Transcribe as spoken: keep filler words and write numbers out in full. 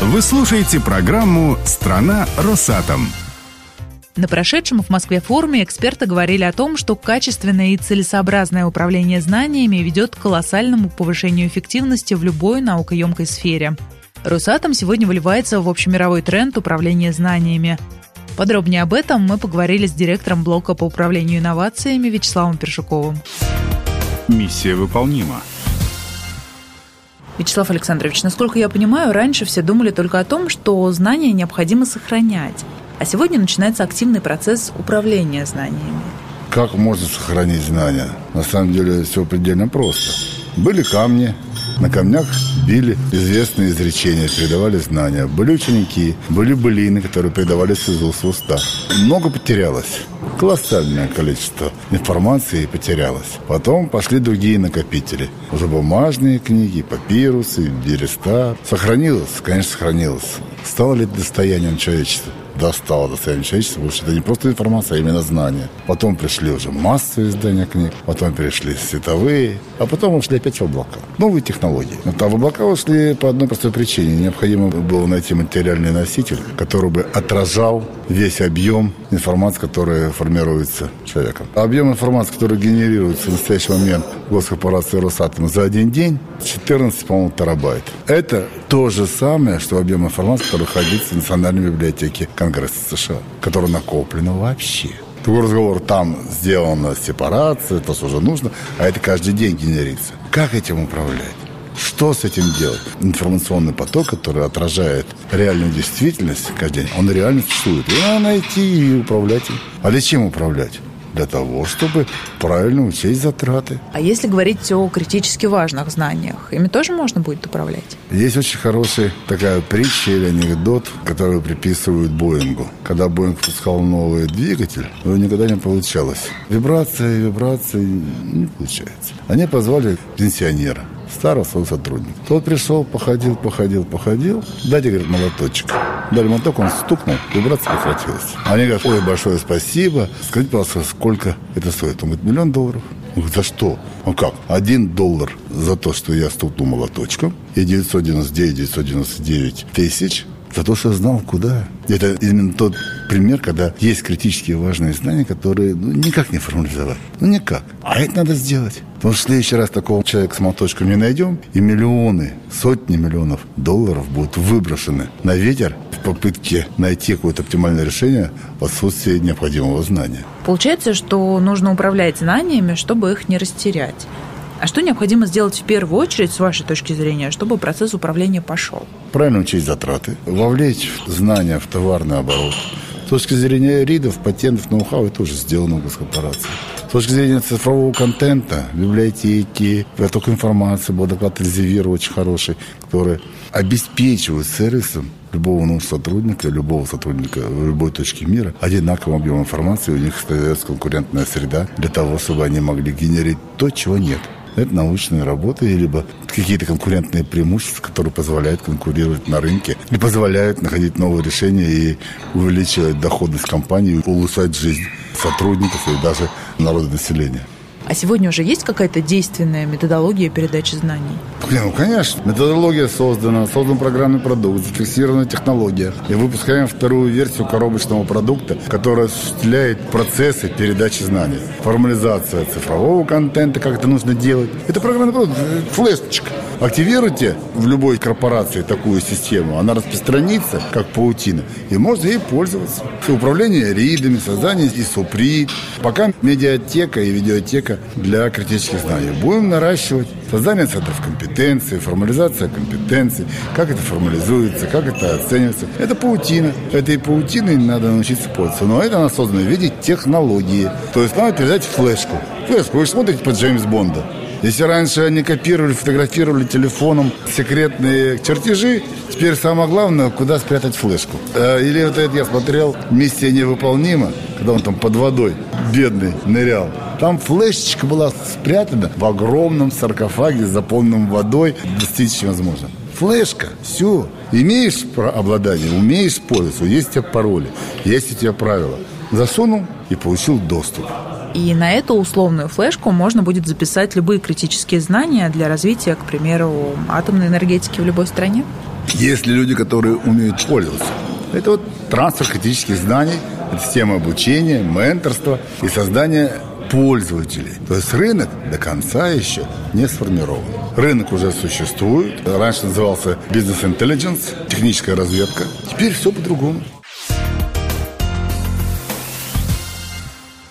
Вы слушаете программу «Страна Росатом». На прошедшем в Москве форуме эксперты говорили о том, что качественное и целесообразное управление знаниями ведет к колоссальному повышению эффективности в любой наукоемкой сфере. Росатом сегодня выливается в общемировой тренд управления знаниями. Подробнее об этом мы поговорили с директором блока по управлению инновациями Вячеславом Першуковым. Миссия выполнима. Вячеслав Александрович, насколько я понимаю, раньше все думали только о том, что знания необходимо сохранять. А сегодня начинается активный процесс управления знаниями. Как можно сохранить знания? На самом деле все предельно просто. Были камни, на камнях били известные изречения, передавали знания. Были ученики, были былины, которые передавались из уст в уста. Много потерялось. Колоссальное количество информации потерялось. Потом пошли другие накопители. Уже бумажные книги, папирусы, береста. Сохранилось? Конечно, сохранилось. Стало ли это достоянием человечества? Да, стало достоянием человечества, потому что это не просто информация, а именно знания. Потом пришли уже массовые издания книг, потом перешли световые, а потом ушли опять в облака. Новые технологии. А в облака ушли по одной простой причине. Необходимо было найти материальный носитель, который бы отражал весь объем информации, которая формируется человеком. Объем информации, который генерируется в настоящий момент госкорпорацией Росатом за один день, четырнадцать, по-моему, терабайт. Это то же самое, что объем информации, который хранится в Национальной библиотеке Конгресса США, который накоплено вообще. Такой разговор, там сделана сепарация, то, что уже нужно, а это каждый день генерится. Как этим управлять? Что с этим делать? Информационный поток, который отражает реальную действительность каждый день, он реально существует. И надо найти и управлять им. А для чем управлять? Для того, чтобы правильно учесть затраты. А если говорить о критически важных знаниях, ими тоже можно будет управлять? Есть очень хорошая такая притча или анекдот, который приписывают Боингу. Когда Боинг пускал новый двигатель, его никогда не получалось. Вибрация, вибрация не получается. Они позвали пенсионера, старого своего сотрудника. Тот пришел, походил, походил, походил. Дайте, говорит, молоточек. Дали молоток, он стукнул, вибрация прекратилась. Они говорят: ой, большое спасибо. Скажите, пожалуйста, сколько это стоит? Он говорит: миллион долларов. Он говорит: за что? Он как? Один доллар за то, что я стукнул молоточком, и девятьсот девяносто девять девятьсот девяносто девять тысяч за то, что я знал, куда. Это именно тот пример, когда есть критически важные знания, которые ну, никак не формализовать. Ну, никак. А это надо сделать. Потому что в следующий раз такого человека с моточком не найдем, и миллионы, сотни миллионов долларов будут выброшены на ветер в попытке найти какое-то оптимальное решение в отсутствии необходимого знания. Получается, что нужно управлять знаниями, чтобы их не растерять. А что необходимо сделать в первую очередь, с вашей точки зрения, чтобы процесс управления пошел? Правильно учесть затраты, вовлечь знания в товарный оборот. С точки зрения ридов, патентов, ноу-хау, это уже сделано в госкорпорации. С точки зрения цифрового контента, библиотеки, поток информации, был доклад Эльзевира очень хороший, который обеспечивает сервисом любого нового сотрудника, любого сотрудника в любой точке мира одинаковым объемом информации, у них остается конкурентная среда для того, чтобы они могли генерить то, чего нет. Это научные работы, либо какие-то конкурентные преимущества, которые позволяют конкурировать на рынке и позволяют находить новые решения и увеличивать доходность компании, улучшать жизнь сотрудников и даже народонаселения. А сегодня уже есть какая-то действенная методология передачи знаний? Ну, конечно. Методология создана, создан программный продукт, зафиксирована технология. И выпускаем вторую версию коробочного продукта, которая осуществляет процессы передачи знаний. Формализация цифрового контента, как это нужно делать. Это программный продукт, флешечка. Активируйте в любой корпорации такую систему, она распространится, как паутина, и можно ей пользоваться. Управление ридами, создание ай эс о при. Пока медиатека и видеотека для критических знаний. Будем наращивать создание центров компетенции, формализация компетенций, как это формализуется, как это оценивается. Это паутина. Этой паутиной надо научиться пользоваться. Но это она создана в виде технологии. То есть надо передать флешку. Флешку. Вы же смотрите по Джеймс Бонда. Если раньше они копировали, фотографировали телефоном секретные чертежи, теперь самое главное, куда спрятать флешку. Или вот это я смотрел «Миссия невыполнима», когда он там под водой, бедный, нырял. Там флешечка была спрятана в огромном саркофаге, заполненном водой, достичь невозможно. Флешка, все. Имеешь обладание, умеешь пользоваться, есть у тебя пароли, есть у тебя правила. Засунул и получил доступ. И на эту условную флешку можно будет записать любые критические знания для развития, к примеру, атомной энергетики в любой стране? Есть ли люди, которые умеют пользоваться? Это вот трансфер критических знаний, это система обучения, менторства и создание пользователей. То есть рынок до конца еще не сформирован. Рынок уже существует. Раньше назывался бизнес-интеллигенс, техническая разведка. Теперь все по-другому.